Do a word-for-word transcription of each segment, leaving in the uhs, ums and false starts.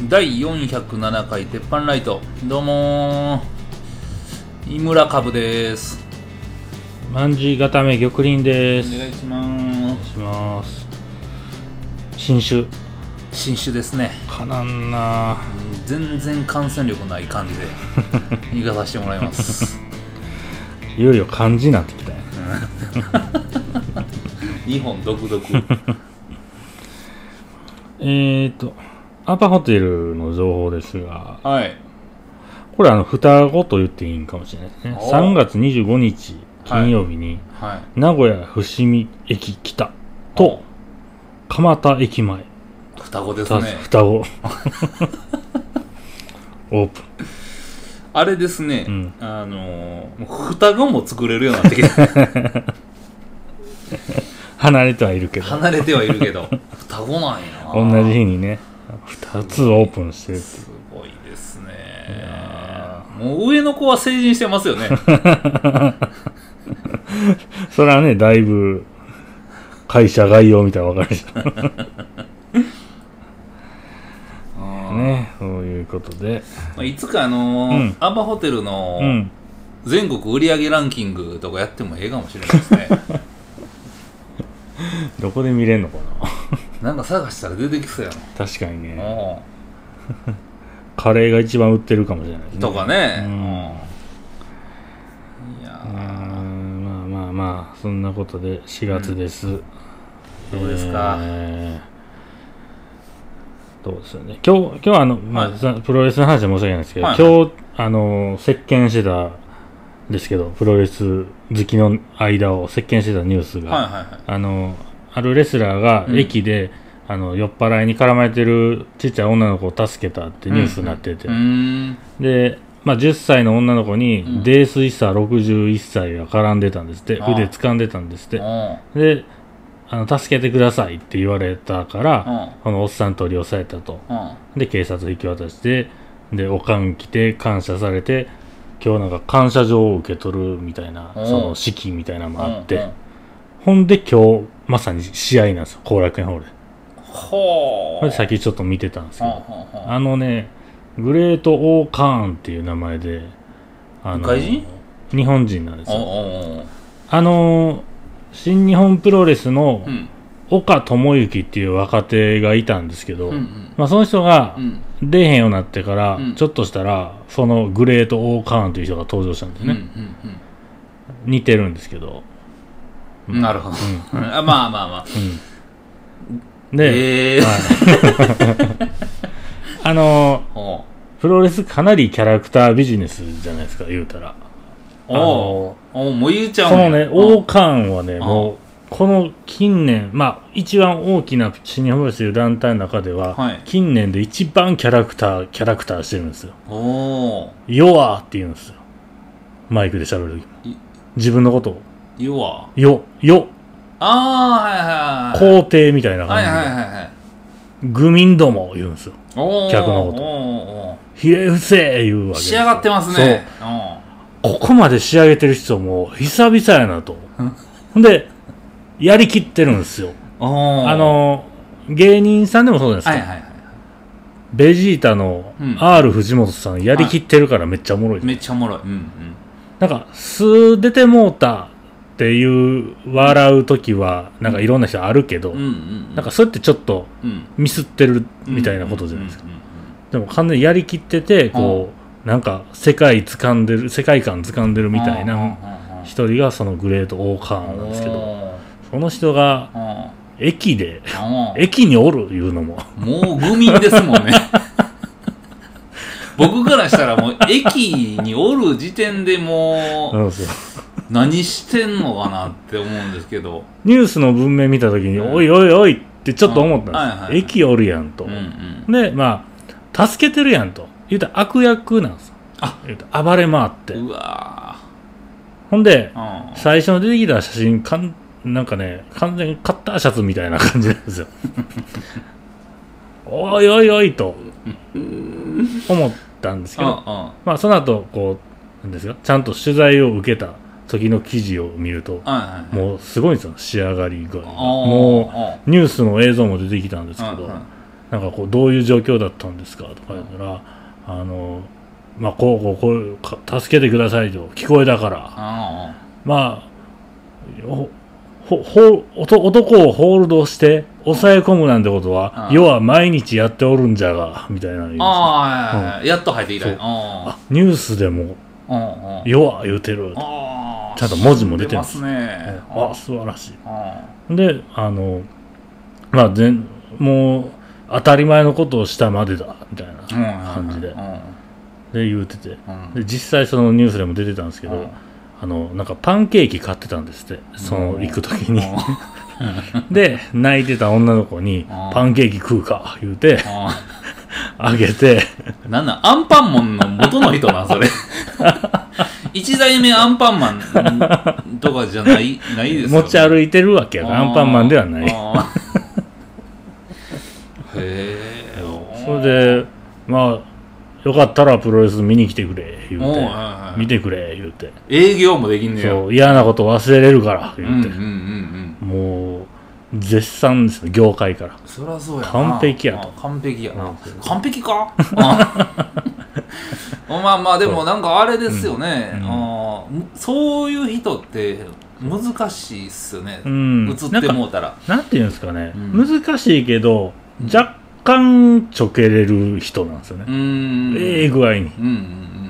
だいよんひゃくななかい鉄板ライト、どうもー井村株です。 卍固め玉林です。 お願いしまお願いします。新種新種ですね。 かなんな、 全然感染力ない感じで言い方してもらいますいよいよ漢字になってきたよ日本独特えーとアパホテルの情報ですが、 はい、 これあの双子と言っていいんかもしれないですね。さんがつにじゅうごにち金曜日に、はいはい、名古屋伏見駅北と蒲田駅前、 双子ですね。 双子オープン。 あれですね、うん、あのー、双子も作れるようになってきた離れてはいるけど離れてはいるけど双子なんやな。 同じ日にねふたつオープンしてるってすごいですね。もう上の子は成人してますよねそれはね、だいぶ会社概要みたいなの分かるじゃんね、そういうことで、 いつかあのーうん、アパホテルの全国売上ランキングとかやってもええかもしれないですねどこで見れんのかななんか探したら出てきそうやな。 確かにねカレーが一番売ってるかもしれないですね。 とかね、うん、 いやー、まあまあまあそんなことでしがつです、うん、 どうですか、 えー、どうですよね。今日今日はあの、まあはい、プロレスの話は申し訳ないんですけど、はいはい、今日あの席巻してたんですけど、プロレス好きの間を席巻してたニュースが、はいはいはい、あのあるレスラーが駅で、うんあの酔っ払いに絡まれてるちっちゃい女の子を助けたってニュースになってて、うん、で、まあ、じゅっさいの女の子に、うん、泥酔したろくじゅういっさいが絡んでたんですって、うん、腕掴んでたんですって、うん、であの助けてくださいって言われたから、うん、このおっさん取り押さえたと、うん、で警察引き渡してでおかん来て感謝されて今日なんか感謝状を受け取るみたいな、うん、その式みたいなのもあって、うんうん、ほんで今日まさに試合なんですよ、後楽園ホールで。 ほーさっきちょっと見てたんですけど、あのねグレート・オー・カーンっていう名前で、あの外人日本人なんですよ。あの新日本プロレスの岡智之っていう若手がいたんですけど、うんうんまあ、その人が出えへんようになってから、うん、ちょっとしたらそのグレート・オー・カーンという人が登場したんですね、うんうんうん、似てるんですけど、 うん、なるほど、うん、まあまあまあ、うんで、えーはい、あのプロレスかなりキャラクタービジネスじゃないですか、言うたら。 おおおもう言うちゃうね。このねオーカーンはね、もうこの近年、まあ一番大きな新日本プロレスという団体の中では、はい、近年で一番キャラクターキャラクターしてるんですよ。おヨアって言うんですよ、マイクで喋る時。自分のことをヨアヨヨああはいはいはい、 皇帝みたいな感じで、はいはいはいはい、愚民ども言うんですよ、客のこと。ひれ伏せ言うわけです。 仕上がってますね。 そうここまで仕上げてる人も久々やなとほんでやりきってるんですよ。あの芸人さんでもそうじゃないですか、はいはいはい、ベジータの R 藤本さんやりきってるからめっちゃおもろい、 めっちゃおもろい、うんうん、 なんか素出てもうたっていう笑う時はなんかいろんな人あるけど、うんうんうん、なんかそれってちょっとミスってるみたいなことじゃないですか、うんうんうんうん、でも完全にやりきっててこうなんか世界掴んでる世界観掴んでるみたいな一人がそのグレート・オー・カーンなんですけど、その人が駅で駅におるいうのももう愚民ですもんね僕からしたらもう駅におる時点でもう何してんのかなって思うんですけど、 ニュースの文面見た時に、うん、おいおいおいってちょっと思ったんです、はいはいはい、駅おるやんと、うんうん、でまあ助けてるやんと言うたら悪役なんですよ。あ言うたら暴れ回って、うわほんで、うん、最初の出てきた写真かんなんかね完全にカッターシャツみたいな感じなんですよおいおいおいと思ったんですけど、うんうん、まあその後こうなんですか、ちゃんと取材を受けた時の記事を見ると、はいはいはい、もうすごいんですよ仕上がりが。もうニュースの映像も出てきたんですけど、はいはい、 なんかこうどういう状況だったんですかとか言ったら、あのまあこうこうこうか助けてくださいと聞こえたから、まあほほ男をホールドして抑え込むなんてことは、要は毎日やっておるんじゃがみたいな言うんですよ。 ああ、うん、やっと入ってきた。 あ、ニュースでも要は言うてると、ちゃんと文字も出てます。 ね、 あ、素晴らしい。で、あのまあ全もう当たり前のことをしたまでだみたいな感じで、で言うてて、で実際そのニュースでも出てたんですけど、あのなんかパンケーキ買ってたんですって、その行く時にで泣いてた女の子にパンケーキ食うか言うてあげて、 なんなんアンパンマンの元の人なんそれ一代目アンパンマンとかじゃないないですよ、ね、 持ち歩いてるわけやからアンパンマンではないへえ。 それでまあよかったらプロレス見に来てくれ言うて、はいはい、見てくれ言うて、 営業もできんねや。 そう、嫌なこと忘れれるから言うて、 うんうんうんうん、もう絶賛ですね、業界から。 そりゃそうやな、 完璧やと。 完璧やな、完璧かまあまあでもなんかあれですよね、うんうん、あそういう人って難しいっすよね、うん、映ってもうたらな, なんていうんですかね、うん、難しいけど若干ちょけれる人なんですよね、うん、ええ具合に、うんうんうん、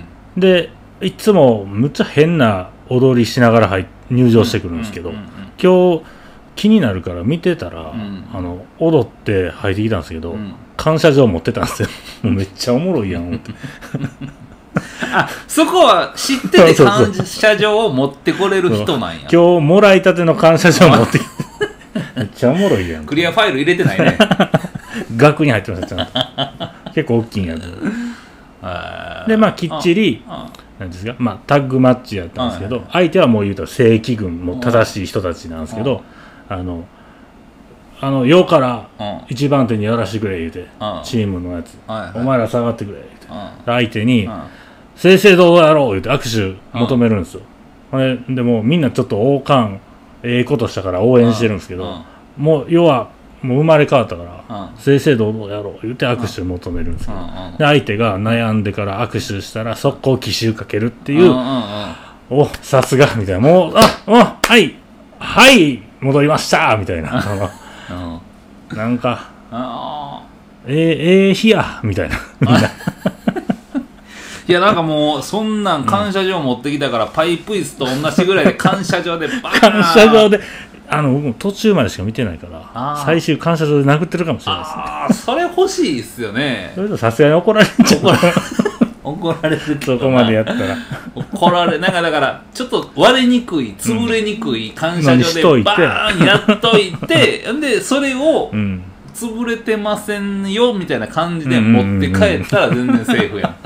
でいつもむっちゃ変な踊りしながら入入場してくるんですけど、うんうんうん、今日気になるから見てたら、うん、あの踊って入ってきたんですけど、うん、感謝状持ってたんですよもうめっちゃおもろいやんってあ、そこは知ってて感謝状を持ってこれる人なんや。 今日もらいたての感謝状持ってきてめっちゃおもろいやん。 クリアファイル入れてないね額に入ってましたちゃんと結構大きいんやつで、まあきっちりなんですか、まあ、タッグマッチやったんですけど、相手はもう言うたら正規軍も正しい人たちなんですけど、あのあのようから一番手にやらしてくれ言うて、チームのやつ、お前ら下がってくれ言うて、相手に正々堂々やろう言うて握手求めるんですよ。でもみんなちょっと王冠ええことしたから応援してるんですけど、もう要はもう生まれ変わったから正々堂々やろう言うて握手求めるんですよ。で相手が悩んでから握手したら速攻奇襲かけるっていう、おさすがみたいな、もうあおはいはい戻りましたみたいななんかええええ日やみたいなみんないやなんかもうそんなん感謝状持ってきたから、うん、パイプ椅子と同じぐらいで感謝状でバーン感謝状であの僕も途中までしか見てないから最終感謝状で殴ってるかもしれないですね。 ああそれ欲しいっすよね。 それとさすがに怒られちゃう怒られるけどそこまでやったら怒られなんかだからちょっと割れにくい潰れにくい感謝状でバーンやっといて、うん、でそれを潰れてませんよみたいな感じで持って帰ったら全然セーフやん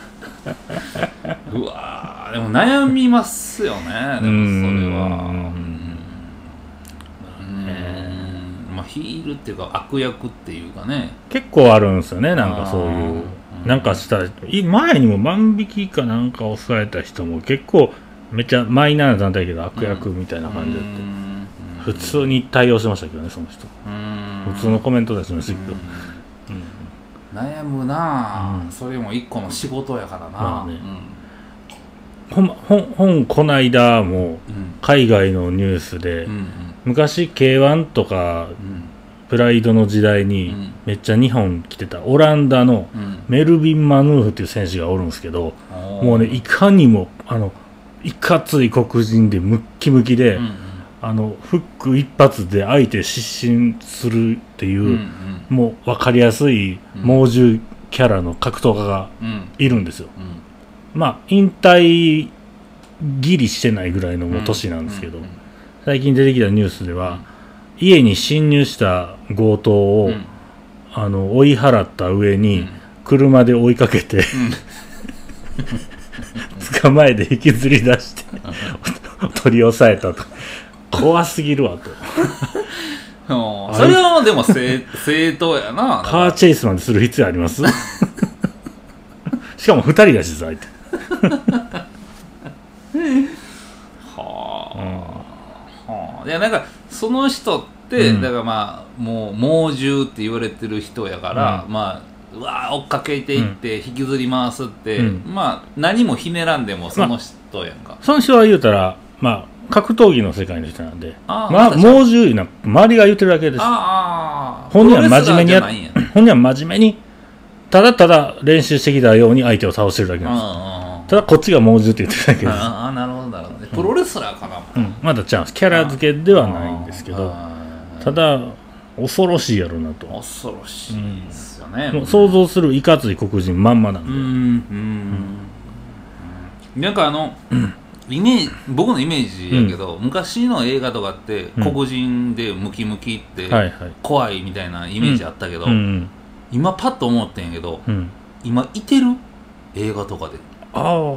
うわーでも悩みますよね。でもそれはうんまあヒールっていうか悪役っていうかね結構あるんですよね。なんかそういうなんかした前にも万引きかなんかをされた人も結構めっちゃマイナーな団体だけど悪役みたいな感じで、うん、普通に対応してましたけどねその人。普通のコメントですねけど、 うん、悩むな、うん、それも一個の仕事やからな、まあねうん、ほん本こないだも海外のニュースで、うんうん、昔 ケーワン とか、うんプライドの時代にめっちゃ日本来てたオランダのメルビン・マヌーフっていう選手がおるんですけど、うん、もうねいかにもあのいかつい黒人でムッキムキで、うんうん、あのフック一発で相手失神するっていう、うんうん、もう分かりやすい猛獣キャラの格闘家がいるんですよ、うんうん、まあ引退ギリしてないぐらいのもう年なんですけど、うんうんうん、最近出てきたニュースでは、うん家に侵入した強盗を、うん、あの追い払った上に、うん、車で追いかけて、うん、捕まえて引きずり出して取り押さえたと怖すぎるわとそれはでも正, 正当やなカーチェイスまでする必要ありますしかもふたりだしさ相手はあ、うん、はあいやなんかその人ってて、 うんだからまあもう猛獣って言われてる人やから、うん、まあうわー追っかけていって引きずり回すって、うん、まあ何もひねらんでもその人やんか、まあ、 その人は言うたらまあ格闘技の世界の人なんで、あまあ猛獣いうのは周りが言ってるだけです。あ本人は真面目にや本人は真面目にただただ練習してきたように相手を倒してるだけなんです。あただこっちが猛獣って言ってるだけです。 ああなるほどなるほど、ね、プロレスラーかな、 うん、まだちゃうんです。キャラ付けではないんですけど、ただ恐ろしいやろうなと。 恐ろしいですよね、 うん、想像するいかつい黒人まんまなんで、うんうんうん、なんかあの、うんイメージ僕のイメージやけど、うん、昔の映画とかって黒人でムキムキって怖いみたいなイメージあったけど、うんうん、今パッと思ってんやけど、うん、今いてる映画とかでああ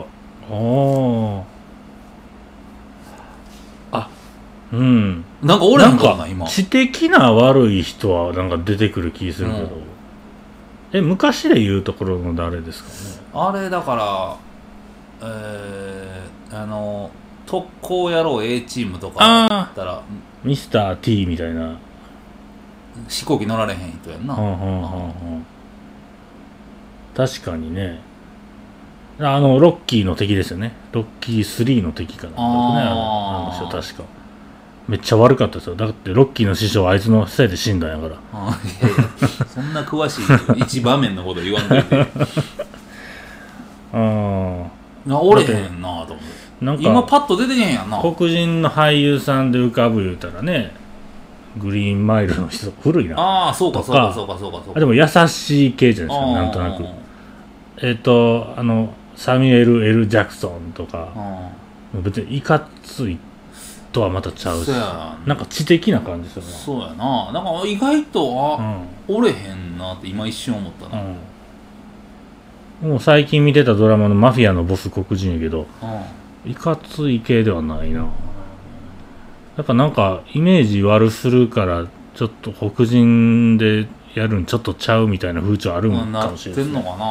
あうんなんか俺なんかな今知的な悪い人はなんか出てくる気するけど、うん、え昔で言うところの誰ですかねあれだからえーあの特攻野郎 A チームとかだったらミスター T みたいな飛行機乗られへん人やんな、はんはんはんはん確かにねあのロッキーの敵ですよねロッキースリーの敵かなんかねあの人確かめっちゃ悪かったですよだってロッキーの師匠あいつのせいで死んだんやからあいやいやそんな詳しい一場面のこと言わんといてああおれへんなと思ってなんか今パッと出てへんやんな黒人の俳優さんで浮かぶ言うたらねグリーンマイルの人古いなああそうかそうかそうかそうかそうかでも優しい系じゃないですかなんとなくえっ、ー、とあのサミュエル・エル・ジャクソンとか別にいかついとはまたちゃうしなんか知的な感じですよねそうやななんか意外とあ、うん、おれへんなって今一瞬思ったな、うんもう最近見てたドラマのマフィアのボス黒人やけど、うん、いかつい系ではないな。やっぱなんかイメージ悪するからちょっと黒人でやるんちょっとちゃうみたいな風潮あるんかもしれない、ね。なってんのかな、うん、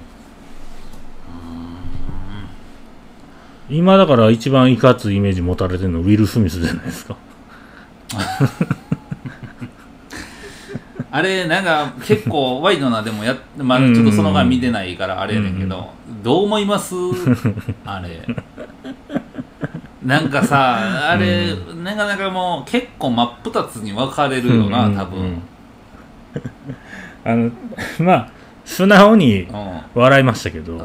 今だから一番いかついイメージ持たれてるのウィル・スミスじゃないですか。 あれなんか結構ワイドなでもやまあちょっとその間見てないからあれやねんけど、うん、どう思いますあれなんかさあれ、うん、なかなかもう結構真っ二つに分かれるよな、うん、多分、うん、 あのまあ素直に笑いましたけど、うん、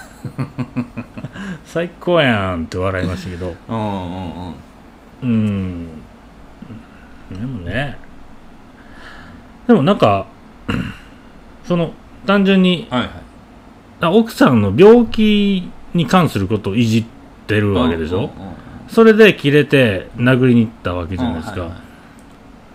最高やんって笑いましたけどうんうんうんうんでもねでもなんかその単純に、はいはい、奥さんの病気に関することをいじってるわけでしょ、うんうんうん、それでキレて殴りに行ったわけじゃないですか、うんはいはい、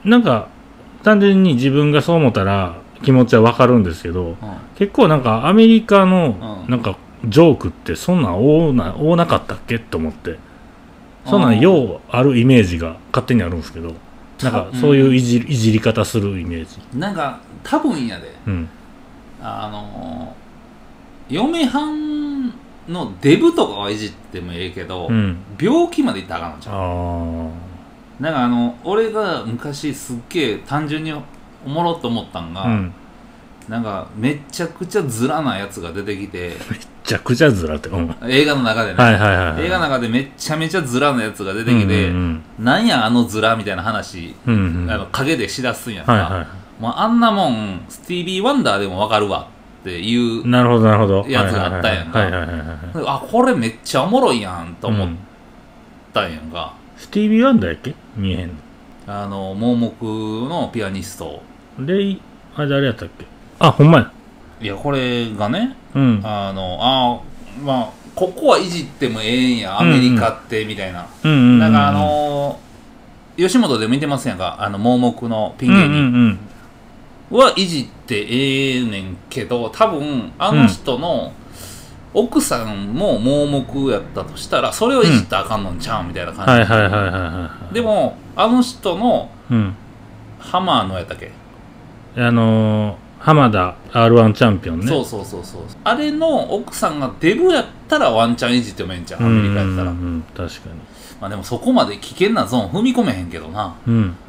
なんか単純に自分がそう思ったら気持ちはわかるんですけど、うん、結構なんかアメリカのなんかジョークってそんなん多な、多なかったっけと思ってそんなんようあるイメージが勝手にあるんですけどなんかそういういじり、うん、いじり方するイメージなんか多分やで、うん、あの嫁はんのデブとかはいじってもええけど、うん、病気までいったらあかんのちゃうなんかあの俺が昔すっげえ単純におもろっと思ったんが、うん、なんかめちゃくちゃズラなやつが出てきてめちゃくちゃズラって、うん、 映画の中でね、はいはいはいはい、映画の中でめちゃめちゃズラなやつが出てきて、うんうんうん、なんやあのズラみたいな話、うんうん、あの影でしだすんやんか、はいはい、もうあんなもんスティービー・ワンダーでもわかるわっていうなるほどなるほどやつがあったんやんかあこれめっちゃおもろいやんと思ったんやんか、 うん、スティービー・ワンダーやっけ見えへんのあの盲目のピアニストレイあれ誰やったっけあほんまやいやこれがね、うん、あのあまあここはいじってもええんやアメリカって、うんうん、みたいな、うんうんうん、だからあの吉本で見てますやんかあの盲目のピン芸人はいじってええねんけど多分あの人の奥さんも盲目やったとしたらそれをいじったらあかんのんちゃうみたいな感じでもあの人の、うん、ハマーのやったっけあのー浜田 アールワン チャンピオンねそうそうそうそうあれの奥さんがデブやったらワンチャンいじってもええんちゃうアメリカやったらうん、うん、 確かにまあでもそこまで危険なゾーン踏み込めへんけどなうん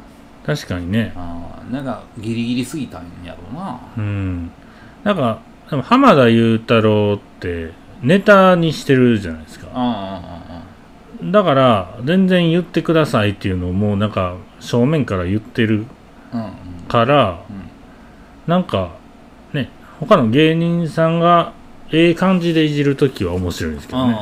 確かにね。 あなんかギリギリすぎたんやろうな。 うんなんかでも浜田雄太郎ってネタにしてるじゃないですか。あだから全然言ってくださいっていうのをもうなんか正面から言ってるから、うんうん、なんかね他の芸人さんがええ感じでいじるときは面白いんですけどね。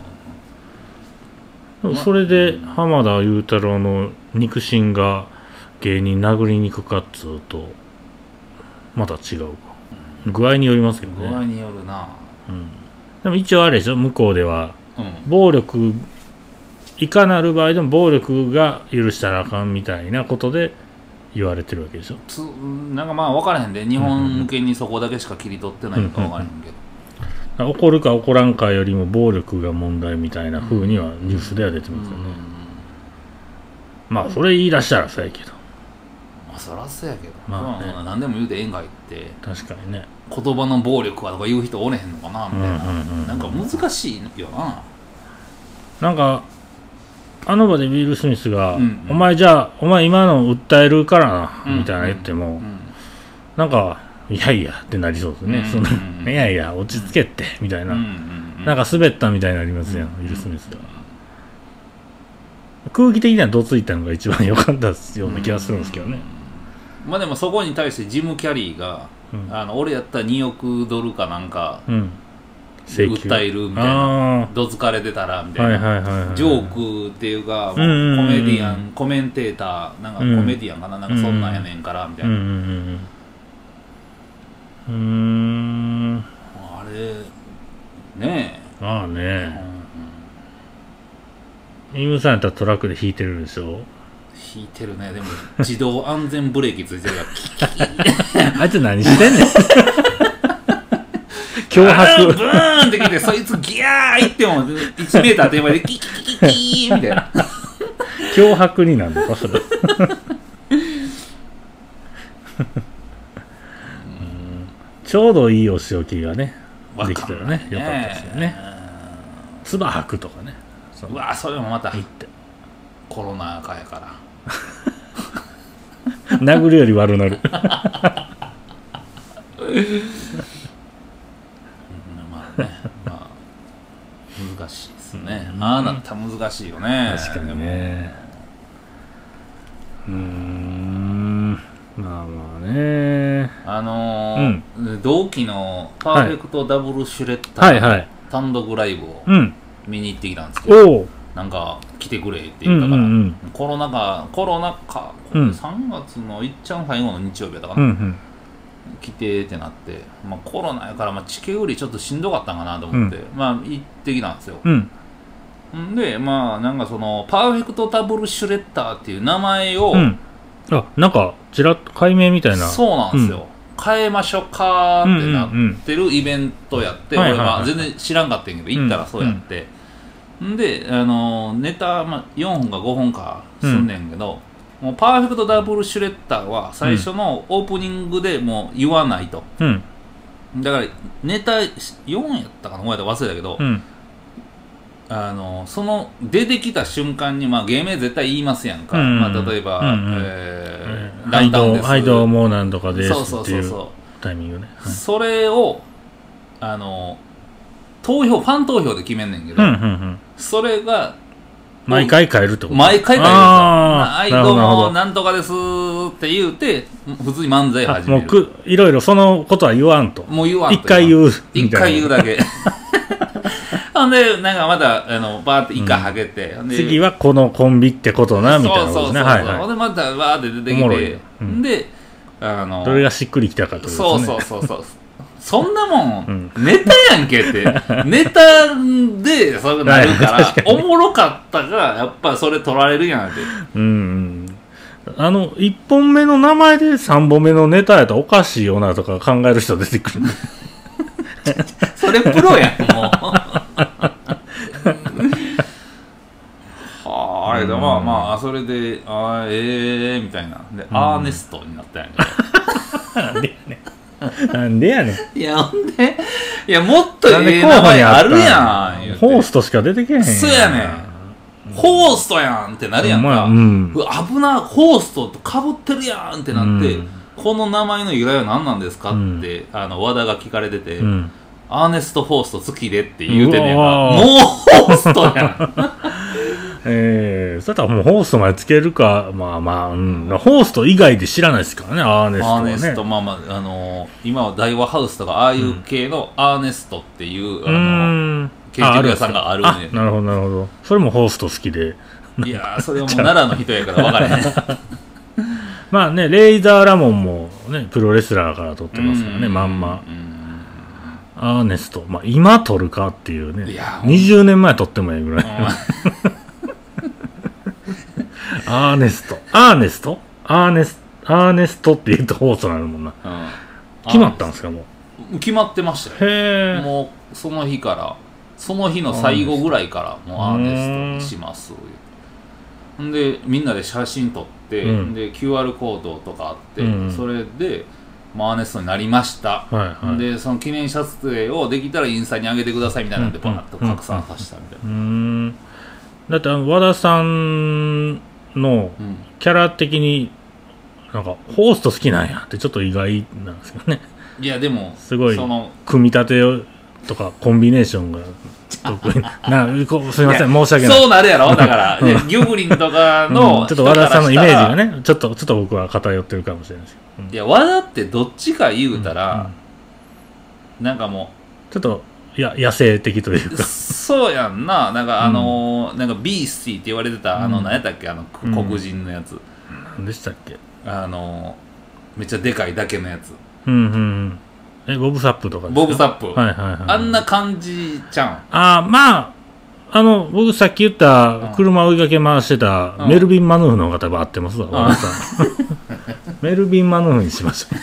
でもそれで浜田雄太郎の肉親が芸人殴りに行くかっつうとまた違うか、うん、具合によりますけどね。 具合によるな、 うん、でも一応あれでしょ向こうでは、うん、暴力いかなる場合でも暴力が許したらあかんみたいなことで言われてるわけでしょ。 つなんかまあ分からへんで日本向けにそこだけしか切り取ってないのか分からへんけど、 うんうんうん、怒るか怒らんかよりも暴力が問題みたいな風にはニュースでは出てますよね、うんうん、まあそれ言い出したらそうやけどまあそらそうやけど、 まあね、 何でも言うてええんかいって確かにね言葉の暴力はとか言う人おれへんのかなみたいな、うんうんうんうん、なんか難しいよな。 なんかあの場でウィル・スミスが、うんうん、お前じゃあお前今の訴えるからな、うんうん、みたいな言っても、うんうん、なんかいやいやってなりそうですね、うんうんうん、そのいやいや落ち着けって、うん、みたいな、うんうんうん、なんか滑ったみたいになりますよ、うんうん、ウィル・スミスが空気的にはどついたのが一番良かったような気がするんですけどね、 うん、まあでもそこに対してジム・キャリーが、うん、あの俺やったらにおくドルかなんか、うん訴えるみたいなどつかれてたらみたいな、はいはいはいはい、ジョークっていうかもうコメディアンコメンテーターなんかコメディアンかな、うん、なんかそんなんやねんからみたいな、うんうんうん、うーんあれねえああねえ、うん、イムさんやったらトラックで引いてるでしょ。 引いてるね。でも自動安全ブレーキついてるからあいつ何してんねん脅迫ブーンってきてそいつギャーいってもいちメーター手前でキキキキキーみたいな脅迫になるのかそれうんちょうどいいお仕置きがねできたらねよかったですよね。つば吐くとかね。 うわそれもまたコロナ禍やから殴るより悪なるねまあ、難しいですね、うん、ああなったら難しいよね。 確かにね。うーんまあまあねあのーうん、同期のパーフェクトダブルシュレッダーの単独ライブを見に行ってきたんですけど、はいはい、なんか来てくれって言ったから、うんうんうん、コロナ禍コロナ禍これさんがつのいっちゃん最後の日曜日やったかな、うんうん来てってなって、まあ、コロナやから、まあ、チケ売りちょっとしんどかったんかなと思って、うん、まあ行ってきたんですよ、うん、でまあなんかそのパーフェクトダブルシュレッダーっていう名前を、うん、 あなんかちらっと解明みたいな。 そうなんですよ、うん、変えましょうかってなってるイベントやって、うんうんうん、俺は全然知らんかったんやけど、はいはいはい、行ったらそうやって、うんうん、であのネタ、まあ、よんほんかごほんかすんねんけど、うん、もうパーフェクトダブルシュレッダーは最初のオープニングでもう言わないと、うん、だからネタよんやったかなごめんなさい忘れたけど、うん、あのその出てきた瞬間に、まあ、芸名絶対言いますやんか、うんまあ、例えば、うんうんえー、ランダウンですハイドもうなんとかですっていうタイミングね、 はい、それをあの投票ファン投票で決めんねんけど、うんうんうん、それが毎回変えるってこと毎回変えるんですよ。はいどうもなんとかですって言うて普通に漫才始める。 もうくいろいろそのことは言わんと。 もう言わんと。 一回言う一回言うだけ。ほんでなんかまたあのバーって一回はげて、 うん、次はこのコンビってことなみたいなことですね。 そうそうそうそう、はいはい、ほんでまたバーって出てきて、うん、であのどれがしっくりきたかということですね。そうそうそうそう。そんなもん、うん、ネタやんけってネタでそうなるからおもろかったからやっぱそれ取られるやんってうん、 うん、あのいっぽんめの名前でさんぼんめのネタやったらおかしいよなとか考える人出てくるそれプロやんもうはーい、うん、まあまあそれであーええー、みたいなで、うん、アーネストになったやんけなんでやねんなんでやねん。いや、ほんで、いや、もっとええ名前あるやん。 ホーストしか出てけへんやん。 そうやねん。 ホーストやんってなるやんか、 うん、 うわ危なホーストとかぶってるやんってなって、うん、この名前の由来は何なんですかって、うん、あの和田が聞かれてて、うん、アーネスト・フォースト好きでって言うてんねんか、もうホーストやんえー、それとはもうホーストまでつけるか、まあまあ、うん、ホースト以外で知らないですからね、アーネストは、ね。アーネスト、まあまあ、あのー、今は大和ハウスとか、ああいう系のアーネストっていう、うん、あのー、建築屋さんがあるんで。 なるほど、なるほど。それもホースト好きで。 いやー、それはもう奈良の人やから分からへん。 まあね、レイザーラモンもね、プロレスラーから撮ってますからね、まんま。アーネスト、まあ今撮るかっていうね、にじゅうねんまえ撮ってもいいぐらい。アーネストアーネストアーネスアーネストって言うとホーストになるもんな、うん、決まったんですか？もう決まってましたよ。 へー。 もうその日からその日の最後ぐらいからもうアーネストにしますんで、みんなで写真撮って、うん、で キューアール コードとかあって、うん、それでまあ、アーネストになりました、はいはい、でその記念撮影をできたらインスタに上げてくださいみたいなんでバーッと拡散させたみたいな、 うんうんうん、だって和田さんのキャラ的になんかホースト好きなんやってちょっと意外なんですけどね。 いやでもすごい組み立てとかコンビネーションが得意なすいません申し訳ない。 そうなるやろだから、うん、ギョブリンとかの、 うん、ちょっと和田さんのイメージがねちょっとちょっと僕は偏ってるかもしれないですけど、うん、 いや和田ってどっちか言うたら、うんうん、なんかもうちょっといや野生的というかそうやんな。なんかあのーうん、なんかビースティーって言われてたあの、うん、何やったっけあの黒人のやつ、うん、 何でしたっけあのー、めっちゃでかいだけのやつ、 うんうんうん、えボブサップとかですか？ ボブサップ、 はいはいはい、 あんな感じちゃん。 ああまああの僕さっき言った車追いかけ回してたメルビン・マヌーフの方が多分合ってますわ、うん、メルビン・マヌーフにしましょう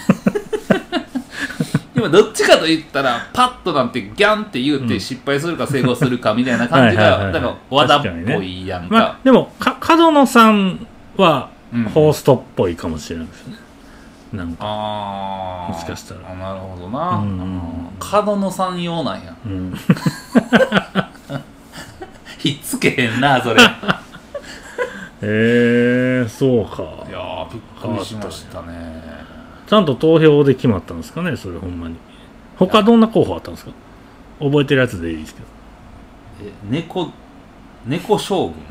今どっちかと言ったらパッとなんてギャンって言うて失敗するか成功するかみたいな感じがだから和田っぽいやんか、 まあ、でもか角野さんはホーストっぽいかもしれないですね、うん、なんかあもしかしたらあなるほどな、うんうん、角野さん用なんや、うん、ひっつけへんなそれへえー、そうか。 いやびっくりしましたね。 ちゃんと投票で決まったんですかねそれほんまに。他どんな候補あったんですか？覚えてるやつでいいですけど。 え猫猫将軍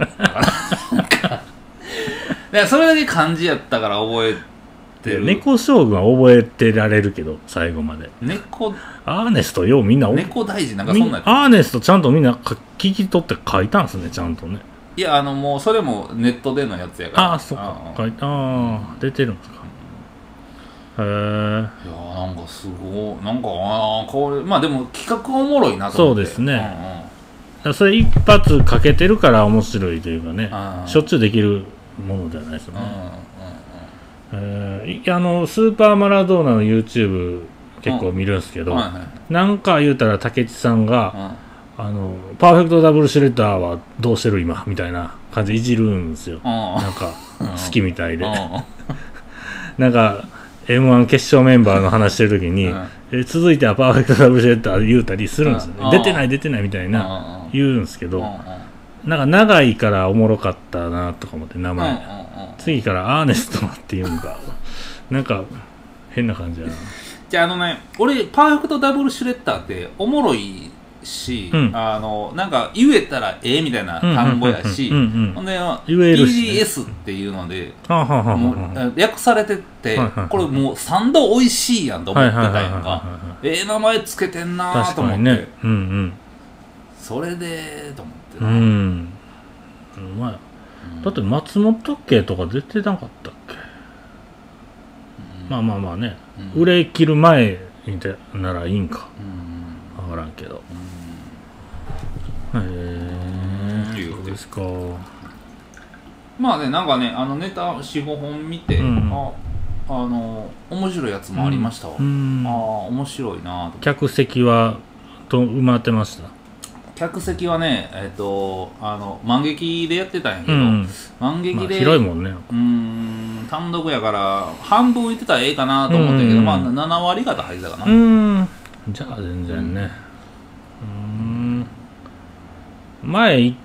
いやそれだけ漢字やったから覚えてる。 猫将軍は覚えてられるけど最後まで。 猫アーネストようみんな猫大事なんかそんなアーネストちゃんとみんな聞き取って書いたんですねちゃんとね。 いやあのもうそれもネットでのやつやから。 ああそうか書いたあ出てるんですか。へえ。いやなんかすごいなんかあこれまあでも企画おもろいなと思って。 そうですね、うんうん、それ一発かけてるから面白いというかねしょっちゅうできるものじゃないですよね、うんうんうんえー、あのスーパーマラドーナの YouTube 結構見るんですけど、うんはいはい、なんか言うたら武智さんが、うん、あのパーフェクトダブルシュレッダーはどうしてる今みたいな感じでいじるんですよ、うん、なんか好きみたいで、うん、なんかエムワン 決勝メンバーの話してる時に、うん、え続いてはパーフェクトダブルシュレッダー言うたりするんですよね、うん、出てない出てないみたいな、うん、言うんですけど、うん、なんか長いからおもろかったなとか思って名前、うん、次からアーネストっていうのがなんか変な感じやな。 じゃああのね俺パーフェクトダブルシュレッダーっておもろいし、うん、あのなんか言えたらええみたいな単語やし、ほんで ピーディーエス っていうのでもう訳されてて、はいはいはい、これもうサンドおいしいやんと思ってたやんか。ええ名前つけてんなと思って、ねうんうん、それでと思ってな、うんうまい、うん、だって松本家とか出てなかったっけ、うん、まあまあまあね、うん、売れ切る前ならいいんか、うん、分からんけど、うん、へえそうですか。 まあねなんかねあのネタ よん,ご 本見て、うん、ああの面白いやつもありましたわ、うん、ああ面白いなと。 客席はと埋まってました？ 客席はねえっ、ー、とあの満劇でやってたんやけど、うん、満劇で、まあ、 広いもんね。 うーん単独やから半分行ってたらええかなと思ったけど、うん、まあなな割方入ってたかな。 うんじゃあ全然ね、うん、うん前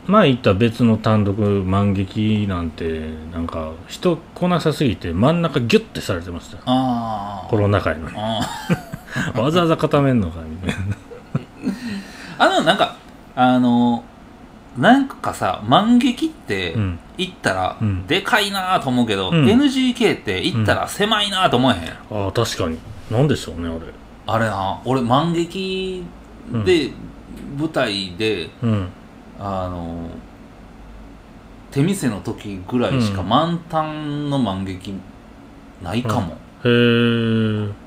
前言った別の単独満劇なんてなんか人来なさすぎて真ん中ギュッてされてました。 あコロナ禍やのにわざわざ固めんのかみたいなあのなんかあのなんかさ満劇って行ったらでかいなと思うけど、うん、エヌジーケー って行ったら狭いなと思えへん、うん、 ああ確かになんでしょうねあれあれな俺満劇で、うん、舞台で、うん、あの手見せの時ぐらいしか満タンの満劇ないかも、 うん、へえ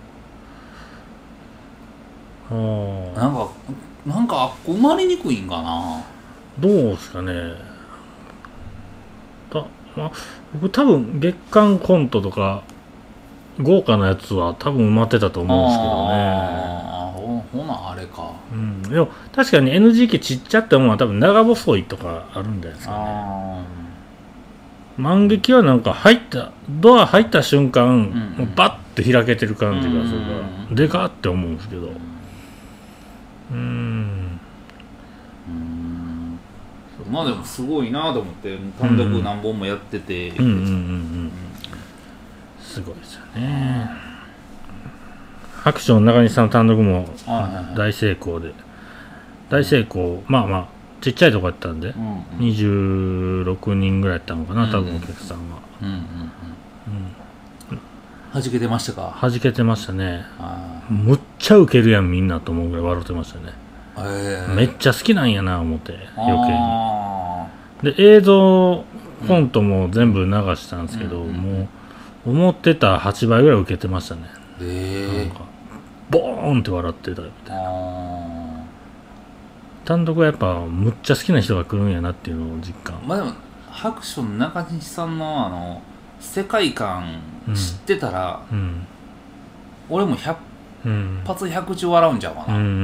あなんかなんかあっこ埋まりにくいんかなどうですかねた、まあ、僕多分月間コントとか豪華なやつは多分埋まってたと思うんですけどねああ ほ, ほなあれか、 うん、でも確かに エヌジーケー ちっちゃって思うのは多分長細いとかあるんじゃないですかね満劇はなんか入ったドア入った瞬間、うんうん、もうバッて開けてる感じがするから、うんうん、でかって思うんですけどうーんまあでもすごいなと思って単独何本もやってて、うんうんうんうん、 すごいですよね。ハクション中西さんの単独も大成功で、大成功まあまあちっちゃいとこやったんで、うんうん、にじゅうろくにんぐらいやったのかな多分お客さんは、うんうんうんうん、 はじけてましたか。 はじけてましたね。むっちゃウケるやんみんなと思うぐらい笑ってましたね。めっちゃ好きなんやな思って余計にで映像コントも全部流したんですけど、うん、もう思ってたはちばいぐらい受けてましたね。なんかボーンって笑ってたみたいな。単独はやっぱむっちゃ好きな人が来るんやなっていうのを実感。 まあでもハクション中西さんのあの世界観知ってたら、うんうん、俺もひゃくうん、発百中笑うんちゃうかな、うんうんうん、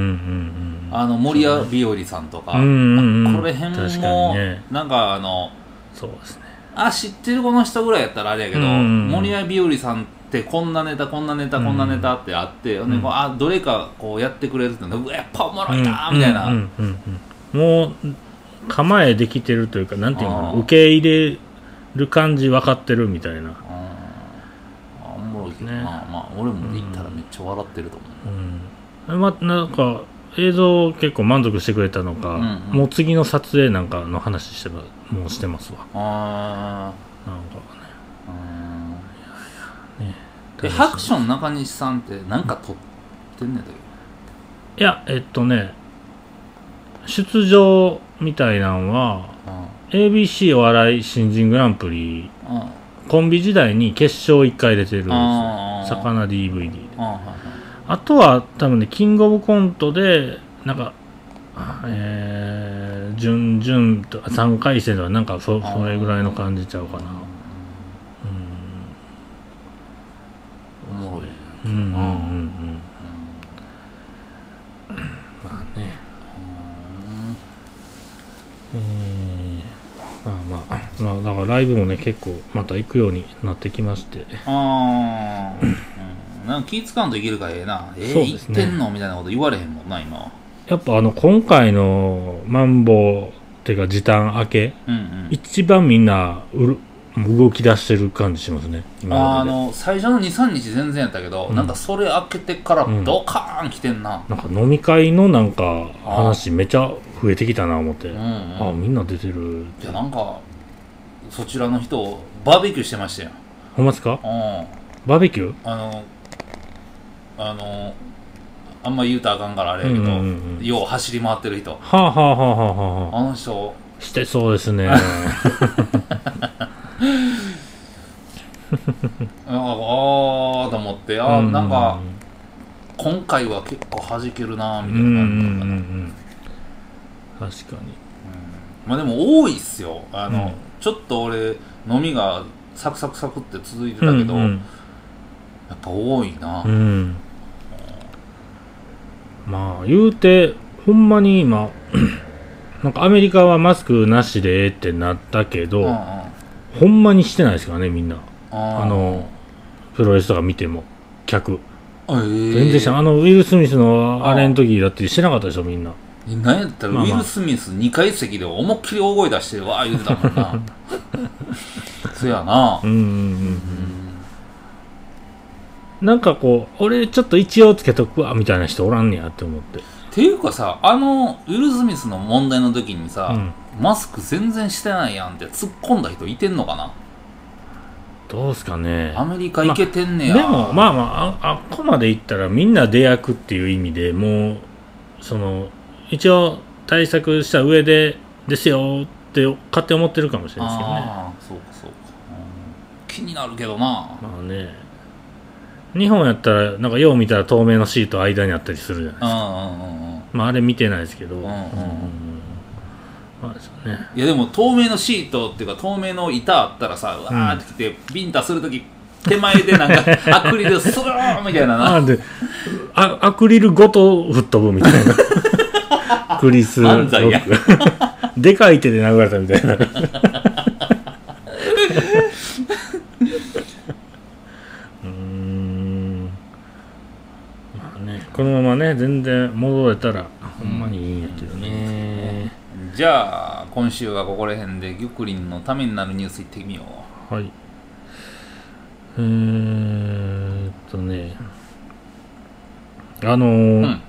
あの森谷日和さんとか、うんうんうん、これ辺も、ね、なんかあのそうですねあ知ってるこの人ぐらいやったらあれやけど、うんうん、森谷日和さんってこんなネタこんなネタこんなネタってあって、うん、であどれかこうやってくれるってうわやっぱおもろいなみたいな、うんうんうんうん、もう構えできてるというかなんていうのかな受け入れる感じ分かってるみたいな。 ね、まあまあ俺も行ったらめっちゃ笑ってると思う、 うんうんまあ、なんか映像結構満足してくれたのか、うんうん、もう次の撮影なんかの話してもうしてますわ。あなんかね、ねえハクション中西さんってなんか撮ってんねんだけどいやえっとね出場みたいなんは、うん、エービーシー お笑い新人グランプリ、うんコンビ時代に決勝いっかい出てるんですよ。魚 ディーブイディー で。あ, あとは多分ねキングオブコントでなんか、えー、準々とさんかい戦ではなんか そ, それぐらいの感じちゃうかな。 うん。おもろい。 うんうんうんうん。まあね。えーまあまあ、まあ、だからライブもね結構また行くようになってきましてああ、うん、なんか気使うんといけるからええなえー、ね、行ってんのみたいなこと言われへんもんな今やっぱあの今回のマンボウっていうか時短明け、うんうん、一番みんなうる動き出してる感じしますね今までで。あの最初の にさんにち全然やったけど、うん、なんかそれ開けてからドカーン来てんな、 うん、なんか飲み会のなんか話めちゃ増えてきたな思って、うんうん、あみんな出てる。 いやなんかそちらの人バーベキューしてましたよ。 ほんまですか？うんバーベキューあのあのあんま言うたらあかんからあれやけど、うんうんうん、よう走り回ってる人はあはあはあはあはああの人してそうですねああと思ってあ、うんうん、なんか今回は結構弾けるなみたいな感じだったね、うんうんうん、 確かに、うん、 まあでも多いっすよあの、うん、ちょっと俺飲みがサクサクサクって続いてたけど、うんうん、やっぱ多いな、うん、 まあ言うてほんまに今なんかアメリカはマスクなしでええってなったけど、うんうん、ほんまにしてないですからねみんなあのプロレスとか見ても客、えー、全然してあのウィル・スミスのあれの時だってしてなかったでしょみんな。 何やったらウィル・スミスにかい席で思いっきり大声出してわー言うてたもんなそやなうんうんうん、 うん、なんかこう俺ちょっと一応つけとくわみたいな人おらんねやって思ってっていうかさあのウィル・スミスの問題の時にさ、うん、マスク全然してないやんって突っ込んだ人いてんのかなどうすかねアメリカ行けてんねや、 まあ、でもまあまあ あ, あっこまで行ったらみんな出役っていう意味でもうその一応対策した上でですよって勝手に思ってるかもしれないですけどねああそうかそうか、うん、気になるけどなまあね日本やったらなんかよう見たら透明のシート間にあったりするじゃないですか、うんうんうんうん、まああれ見てないですけど、うんうんうんまあですね、 いやでも透明のシートっていうか透明の板あったらさうわーってきて、うん、ビンタするとき手前でなんかアクリルスルーみたいななあであアクリルごと吹っ飛ぶみたいなクリス漫才やでかい手で殴られたみたいなうーんまあねこのままね全然戻れたらほんまにいいんやけどね、 うん、じゃあ今週はここら辺でギュクリンのためになるニュースいってみようはいえーっとねあのーうん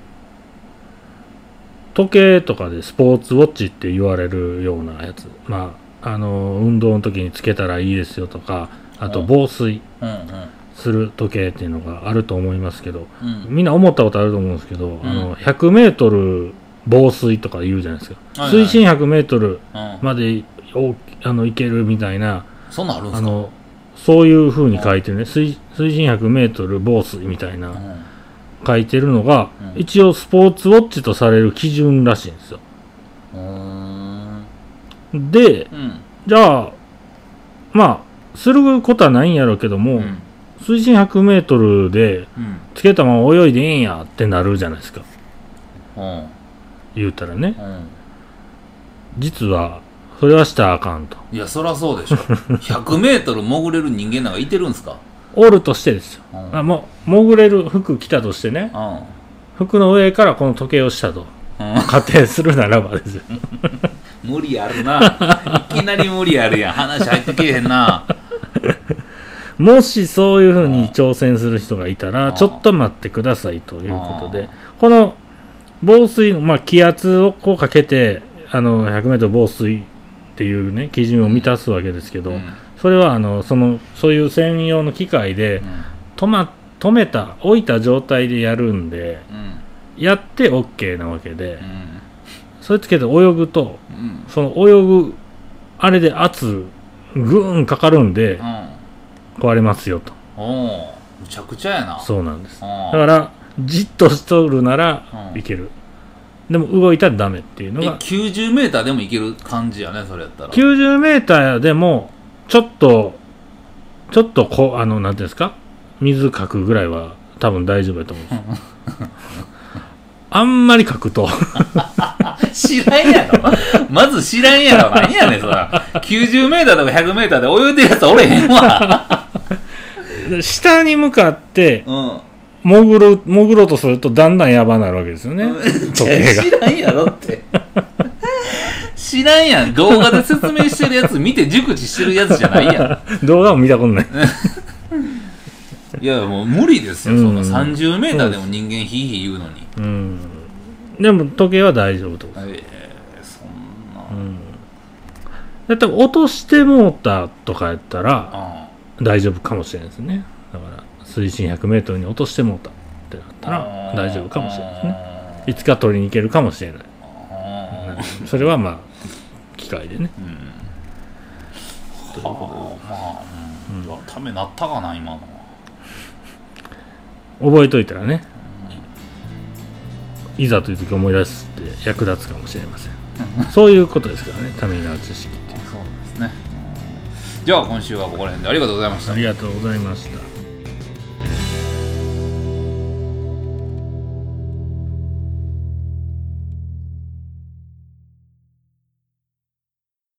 時計とかでスポーツウォッチって言われるようなやつまああの運動の時につけたらいいですよとかあと防水する時計っていうのがあると思いますけど、うん、みんな思ったことあると思うんですけど、うん、あのひゃくメートル防水とか言うじゃないですか、はいはい、水深ひゃくメートルまで、うん、あのいけるみたいなそんなんあるんですか？ あのそういう風に書いてね、うん、水, 水深ひゃくメートル防水みたいな、うん書いてるのが、うん、一応スポーツウォッチとされる基準らしいんですよ。うーんで、うん、じゃあまあすることはないんやろうけども、うん、水深ひゃくメートルでつけたまま泳いでええんやってなるじゃないですか、うん、言うたらね、うん、実はそれはしたらあかんと。 いやそりゃそうでしょひゃくメートル潜れる人間なんかいてるんですか？ おるとしてですよ、うん、あもう潜れる服着たとしてね、うん、服の上からこの時計をしたと、うん、仮定するならばですよ無理あるないきなり無理あるやん話入ってけえへんなもしそういう風に挑戦する人がいたらちょっと待ってくださいということでこの防水の、まあ、気圧をこうかけてあの ひゃくメートル防水っていうね基準を満たすわけですけど、うんそれはあのそのそういう専用の機械で、うん、止, ま止めた置いた状態でやるんで、うん、やって OK なわけで、うん、それつけて泳ぐと、うん、その泳ぐあれで圧グーンかかるんで、うん、壊れますよと。 おむちゃくちゃやな。 そうなんです。だからじっとしとるならいける、でも動いたらダメっていうのがきゅうじゅうメーターでもいける感じやねそれやったら。 きゅうじゅうメーターでもちょっとちょっとこうあのなんていうんですか水かくぐらいは多分大丈夫だと思うんですあんまりかくと知らんやろまず知らんやろ何やねんそらきゅうじゅうメーターとかひゃくメーターで泳いでるやつおれへんわ下に向かって潜る潜ろうとするとだんだんやばなるわけですよね、うん、 時計が知らんやろって知らんやん動画で説明してるやつ見て熟知してるやつじゃないやん動画も見たことないいやもう無理ですよ、うん、そんなさんじゅうメーターでも人間ヒーヒー言うのに、うん、 でも時計は大丈夫と、えー、そんな、うん、だって落としてもうたとかやったら大丈夫かもしれないですね。だから水深ひゃくメートルに落としてもうたってなったら大丈夫かもしれないですね。いつか取りに行けるかもしれない、うん、それはまあ機械でね、うん、 ということで、まあ、うん、ためなったかな今の覚えといたらね、うん、いざという時思い出すって役立つかもしれませんそういうことですからねためになる知識っていう。 そうですね。じゃあ今週はここら辺でありがとうございました。 ありがとうございました。